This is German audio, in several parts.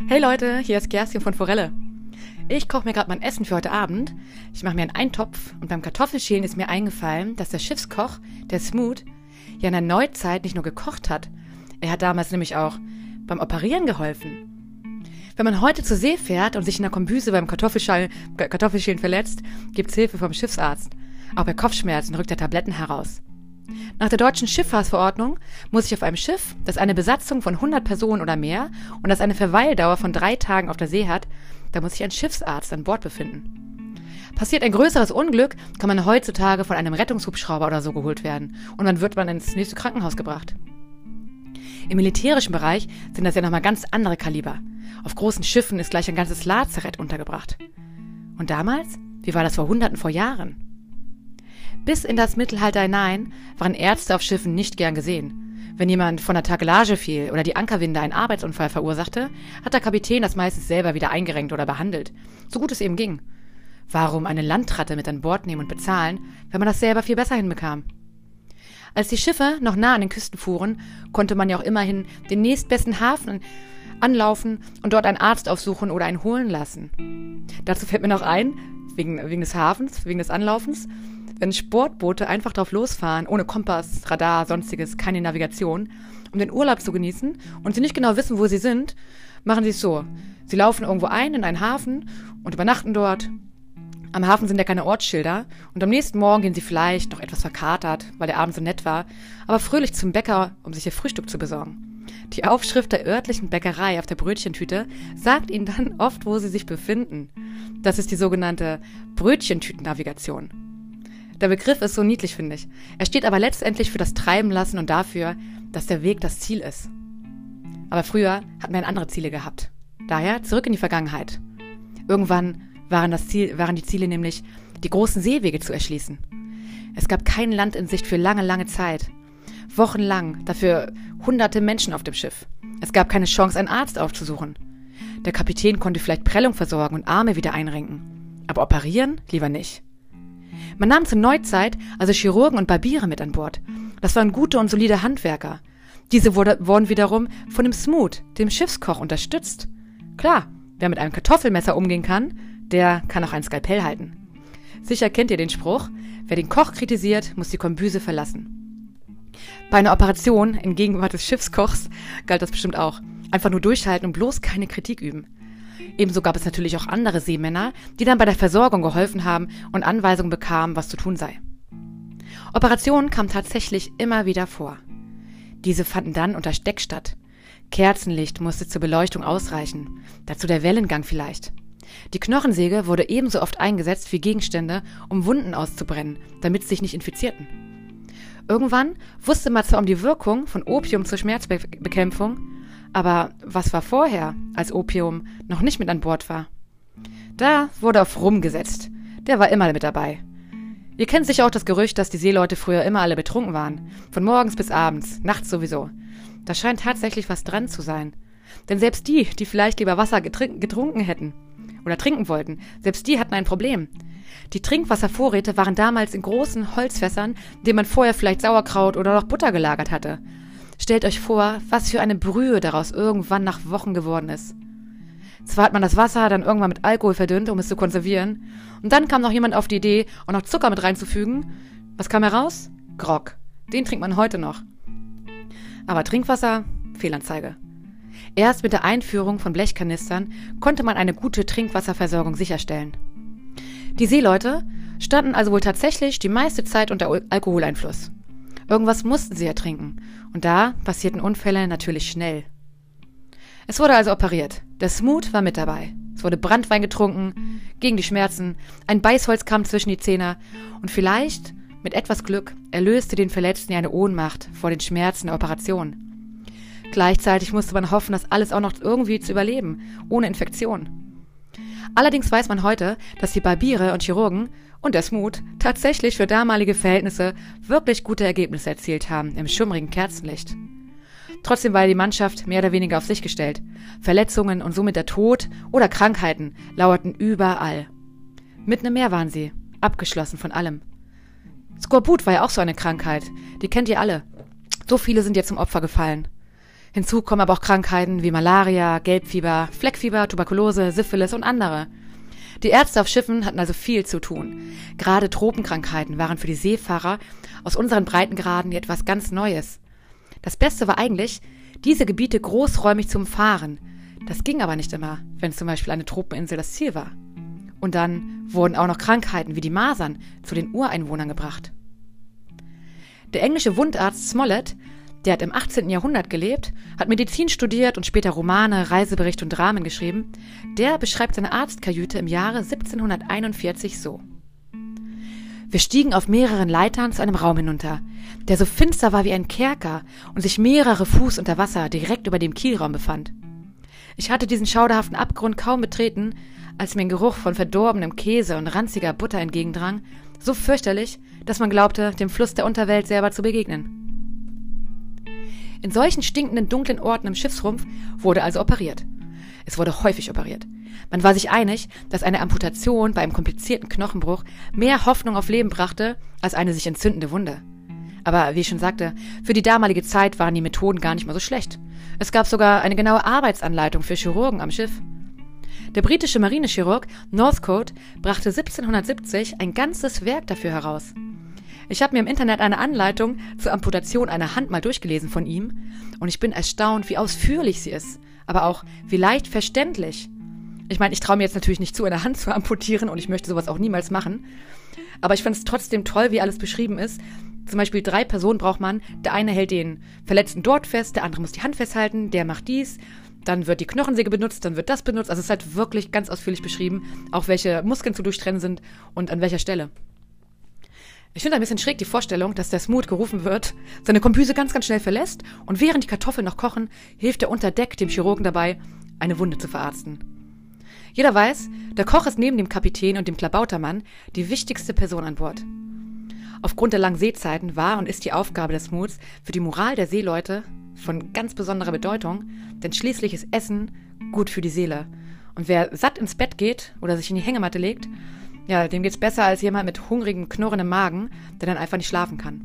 Hey Leute, hier ist Kerstin von Forelle. Ich koche mir gerade mein Essen für heute Abend. Ich mache mir einen Eintopf und beim Kartoffelschälen ist mir eingefallen, dass der Schiffskoch, der Smoot, ja in der Neuzeit nicht nur gekocht hat. Er hat damals nämlich auch beim Operieren geholfen. Wenn man heute zur See fährt und sich in der Kombüse beim Kartoffelschälen verletzt, gibt's Hilfe vom Schiffsarzt. Auch bei Kopfschmerzen rückt er Tabletten heraus. Nach der deutschen Schifffahrtsverordnung muss sich auf einem Schiff, das eine Besatzung von 100 Personen oder mehr und das eine Verweildauer von 3 Tagen auf der See hat, da muss sich ein Schiffsarzt an Bord befinden. Passiert ein größeres Unglück, kann man heutzutage von einem Rettungshubschrauber oder so geholt werden und dann wird man ins nächste Krankenhaus gebracht. Im militärischen Bereich sind das ja nochmal ganz andere Kaliber. Auf großen Schiffen ist gleich ein ganzes Lazarett untergebracht. Und damals? Wie war das vor Hunderten vor Jahren? Bis in das Mittelalter hinein waren Ärzte auf Schiffen nicht gern gesehen. Wenn jemand von der Takelage fiel oder die Ankerwinde einen Arbeitsunfall verursachte, hat der Kapitän das meistens selber wieder eingerenkt oder behandelt, so gut es eben ging. Warum eine Landratte mit an Bord nehmen und bezahlen, wenn man das selber viel besser hinbekam? Als die Schiffe noch nah an den Küsten fuhren, konnte man ja auch immerhin den nächstbesten Hafen anlaufen und dort einen Arzt aufsuchen oder einen holen lassen. Dazu fällt mir noch ein, wegen des Hafens, wegen des Anlaufens, wenn Sportboote einfach drauf losfahren, ohne Kompass, Radar, sonstiges, keine Navigation, um den Urlaub zu genießen und sie nicht genau wissen, wo sie sind, machen sie es so. Sie laufen irgendwo ein in einen Hafen und übernachten dort. Am Hafen sind ja keine Ortsschilder und am nächsten Morgen gehen sie vielleicht noch etwas verkatert, weil der Abend so nett war, aber fröhlich zum Bäcker, um sich ihr Frühstück zu besorgen. Die Aufschrift der örtlichen Bäckerei auf der Brötchentüte sagt ihnen dann oft, wo sie sich befinden. Das ist die sogenannte Brötchentütennavigation. Der Begriff ist so niedlich, finde ich. Er steht aber letztendlich für das Treiben lassen und dafür, dass der Weg das Ziel ist. Aber früher hatten wir andere Ziele gehabt. Daher zurück in die Vergangenheit. Irgendwann waren die Ziele nämlich, die großen Seewege zu erschließen. Es gab kein Land in Sicht für lange, lange Zeit. Wochenlang, dafür hunderte Menschen auf dem Schiff. Es gab keine Chance, einen Arzt aufzusuchen. Der Kapitän konnte vielleicht Prellung versorgen und Arme wieder einrenken. Aber operieren lieber nicht. Man nahm zur Neuzeit also Chirurgen und Barbiere mit an Bord. Das waren gute und solide Handwerker. Diese wurden wiederum von dem Smoot, dem Schiffskoch, unterstützt. Klar, wer mit einem Kartoffelmesser umgehen kann, der kann auch ein Skalpell halten. Sicher kennt ihr den Spruch, wer den Koch kritisiert, muss die Kombüse verlassen. Bei einer Operation in Gegenwart des Schiffskochs galt das bestimmt auch. Einfach nur durchhalten und bloß keine Kritik üben. Ebenso gab es natürlich auch andere Seemänner, die dann bei der Versorgung geholfen haben und Anweisungen bekamen, was zu tun sei. Operationen kamen tatsächlich immer wieder vor. Diese fanden dann unter Deck statt. Kerzenlicht musste zur Beleuchtung ausreichen, dazu der Wellengang vielleicht. Die Knochensäge wurde ebenso oft eingesetzt wie Gegenstände, um Wunden auszubrennen, damit sie sich nicht infizierten. Irgendwann wusste man zwar um die Wirkung von Opium zur Schmerzbekämpfung, aber was war vorher, als Opium noch nicht mit an Bord war? Da wurde auf Rum gesetzt. Der war immer mit dabei. Ihr kennt sicher auch das Gerücht, dass die Seeleute früher immer alle betrunken waren. Von morgens bis abends, nachts sowieso. Da scheint tatsächlich was dran zu sein. Denn selbst die vielleicht lieber Wasser getrunken hätten oder trinken wollten, selbst die hatten ein Problem. Die Trinkwasservorräte waren damals in großen Holzfässern, in denen man vorher vielleicht Sauerkraut oder noch Butter gelagert hatte. Stellt euch vor, was für eine Brühe daraus irgendwann nach Wochen geworden ist. Zwar hat man das Wasser dann irgendwann mit Alkohol verdünnt, um es zu konservieren, und dann kam noch jemand auf die Idee, auch noch Zucker mit reinzufügen. Was kam heraus? Grog. Den trinkt man heute noch. Aber Trinkwasser? Fehlanzeige. Erst mit der Einführung von Blechkanistern konnte man eine gute Trinkwasserversorgung sicherstellen. Die Seeleute standen also wohl tatsächlich die meiste Zeit unter Alkoholeinfluss. Irgendwas mussten sie ja trinken. Und da passierten Unfälle natürlich schnell. Es wurde also operiert. Der Smoot war mit dabei. Es wurde Branntwein getrunken, gegen die Schmerzen, ein Beißholzkamm zwischen die Zähne und vielleicht, mit etwas Glück, erlöste den Verletzten ja eine Ohnmacht vor den Schmerzen der Operation. Gleichzeitig musste man hoffen, das alles auch noch irgendwie zu überleben, ohne Infektion. Allerdings weiß man heute, dass die Barbiere und Chirurgen und der Smoot tatsächlich für damalige Verhältnisse wirklich gute Ergebnisse erzielt haben im schummrigen Kerzenlicht. Trotzdem war die Mannschaft mehr oder weniger auf sich gestellt. Verletzungen und somit der Tod oder Krankheiten lauerten überall. Mitten im Meer waren sie, abgeschlossen von allem. Skorbut war ja auch so eine Krankheit, die kennt ihr alle. So viele sind ihr zum Opfer gefallen. Hinzu kommen aber auch Krankheiten wie Malaria, Gelbfieber, Fleckfieber, Tuberkulose, Syphilis und andere. Die Ärzte auf Schiffen hatten also viel zu tun. Gerade Tropenkrankheiten waren für die Seefahrer aus unseren Breitengraden etwas ganz Neues. Das Beste war eigentlich, diese Gebiete großräumig zu umfahren. Das ging aber nicht immer, wenn zum Beispiel eine Tropeninsel das Ziel war. Und dann wurden auch noch Krankheiten wie die Masern zu den Ureinwohnern gebracht. Der englische Wundarzt Smollett, der hat im 18. Jahrhundert gelebt, hat Medizin studiert und später Romane, Reiseberichte und Dramen geschrieben. Der beschreibt seine Arztkajüte im Jahre 1741 so. Wir stiegen auf mehreren Leitern zu einem Raum hinunter, der so finster war wie ein Kerker und sich mehrere Fuß unter Wasser direkt über dem Kielraum befand. Ich hatte diesen schauderhaften Abgrund kaum betreten, als mir ein Geruch von verdorbenem Käse und ranziger Butter entgegendrang, so fürchterlich, dass man glaubte, dem Fluss der Unterwelt selber zu begegnen. In solchen stinkenden, dunklen Orten im Schiffsrumpf wurde also operiert. Es wurde häufig operiert. Man war sich einig, dass eine Amputation bei einem komplizierten Knochenbruch mehr Hoffnung auf Leben brachte, als eine sich entzündende Wunde. Aber wie ich schon sagte, für die damalige Zeit waren die Methoden gar nicht mal so schlecht. Es gab sogar eine genaue Arbeitsanleitung für Chirurgen am Schiff. Der britische Marinechirurg Northcote brachte 1770 ein ganzes Werk dafür heraus. Ich habe mir im Internet eine Anleitung zur Amputation einer Hand mal durchgelesen von ihm und ich bin erstaunt, wie ausführlich sie ist, aber auch wie leicht verständlich. Ich meine, ich traue mir jetzt natürlich nicht zu, eine Hand zu amputieren und ich möchte sowas auch niemals machen, aber ich fand es trotzdem toll, wie alles beschrieben ist. Zum Beispiel 3 Personen braucht man, der eine hält den Verletzten dort fest, der andere muss die Hand festhalten, der macht dies, dann wird die Knochensäge benutzt, dann wird das benutzt, also es ist halt wirklich ganz ausführlich beschrieben, auch welche Muskeln zu durchtrennen sind und an welcher Stelle. Ich finde ein bisschen schräg die Vorstellung, dass der Smoot gerufen wird, seine Kombüse ganz, ganz schnell verlässt und während die Kartoffeln noch kochen, hilft er unter Deck dem Chirurgen dabei, eine Wunde zu verarzten. Jeder weiß, der Koch ist neben dem Kapitän und dem Klabautermann die wichtigste Person an Bord. Aufgrund der langen Seezeiten war und ist die Aufgabe des Smoots für die Moral der Seeleute von ganz besonderer Bedeutung, denn schließlich ist Essen gut für die Seele. Und wer satt ins Bett geht oder sich in die Hängematte legt, ja, dem geht's besser als jemand mit hungrigem, knurrendem Magen, der dann einfach nicht schlafen kann.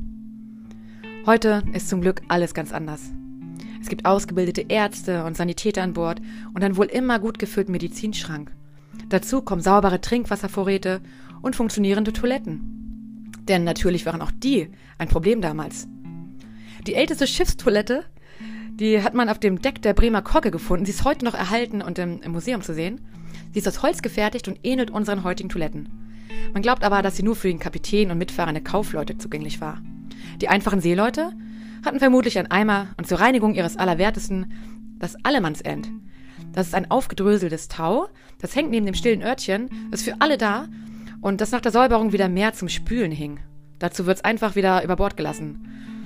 Heute ist zum Glück alles ganz anders. Es gibt ausgebildete Ärzte und Sanitäter an Bord und einen wohl immer gut gefüllten Medizinschrank. Dazu kommen saubere Trinkwasservorräte und funktionierende Toiletten. Denn natürlich waren auch die ein Problem damals. Die älteste Schiffstoilette, die hat man auf dem Deck der Bremer Kogge gefunden. Sie ist heute noch erhalten und im Museum zu sehen. Sie ist aus Holz gefertigt und ähnelt unseren heutigen Toiletten. Man glaubt aber, dass sie nur für den Kapitän und mitfahrende Kaufleute zugänglich war. Die einfachen Seeleute hatten vermutlich einen Eimer und zur Reinigung ihres Allerwertesten das Allemannsend. Das ist ein aufgedröseltes Tau, das hängt neben dem stillen Örtchen, ist für alle da und das nach der Säuberung wieder mehr zum Spülen hing. Dazu wird's einfach wieder über Bord gelassen.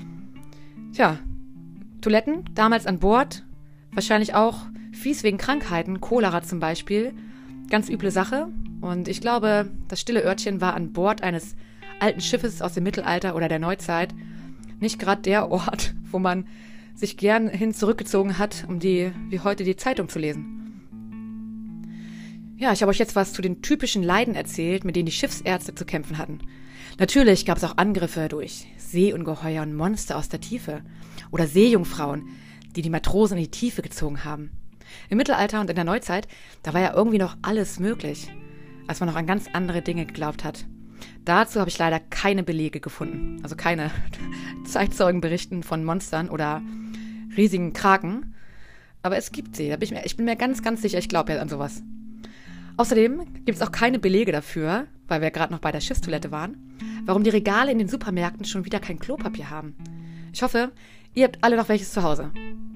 Tja, Toiletten, damals an Bord, wahrscheinlich auch fies wegen Krankheiten, Cholera zum Beispiel, ganz üble Sache. Und ich glaube, das stille Örtchen war an Bord eines alten Schiffes aus dem Mittelalter oder der Neuzeit nicht gerade der Ort, wo man sich gern hin zurückgezogen hat, um wie heute die Zeitung zu lesen. Ja, ich habe euch jetzt was zu den typischen Leiden erzählt, mit denen die Schiffsärzte zu kämpfen hatten. Natürlich gab es auch Angriffe durch Seeungeheuer und Monster aus der Tiefe oder Seejungfrauen, die die Matrosen in die Tiefe gezogen haben. Im Mittelalter und in der Neuzeit, da war ja irgendwie noch alles möglich, als man noch an ganz andere Dinge geglaubt hat. Dazu habe ich leider keine Belege gefunden, also keine Zeitzeugenberichten von Monstern oder riesigen Kraken. Aber es gibt sie, ich bin mir ganz, ganz sicher, ich glaube ja an sowas. Außerdem gibt es auch keine Belege dafür, weil wir gerade noch bei der Schiffstoilette waren, warum die Regale in den Supermärkten schon wieder kein Klopapier haben. Ich hoffe, ihr habt alle noch welches zu Hause.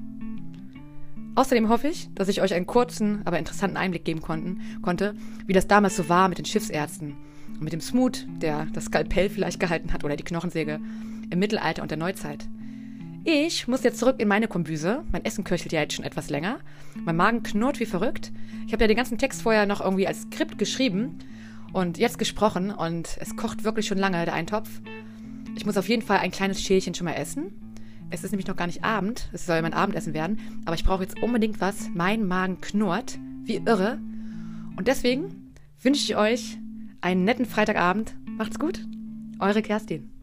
Außerdem hoffe ich, dass ich euch einen kurzen, aber interessanten Einblick geben konnte, wie das damals so war mit den Schiffsärzten und mit dem Smoot, der das Skalpell vielleicht gehalten hat oder die Knochensäge im Mittelalter und der Neuzeit. Ich muss jetzt zurück in meine Kombüse. Mein Essen köchelt ja jetzt schon etwas länger. Mein Magen knurrt wie verrückt. Ich habe ja den ganzen Text vorher noch irgendwie als Skript geschrieben und jetzt gesprochen und es kocht wirklich schon lange, der Eintopf. Ich muss auf jeden Fall ein kleines Schälchen schon mal essen. Es ist nämlich noch gar nicht Abend, es soll mein Abendessen werden, aber ich brauche jetzt unbedingt was. Mein Magen knurrt wie irre und deswegen wünsche ich euch einen netten Freitagabend. Macht's gut, eure Kerstin.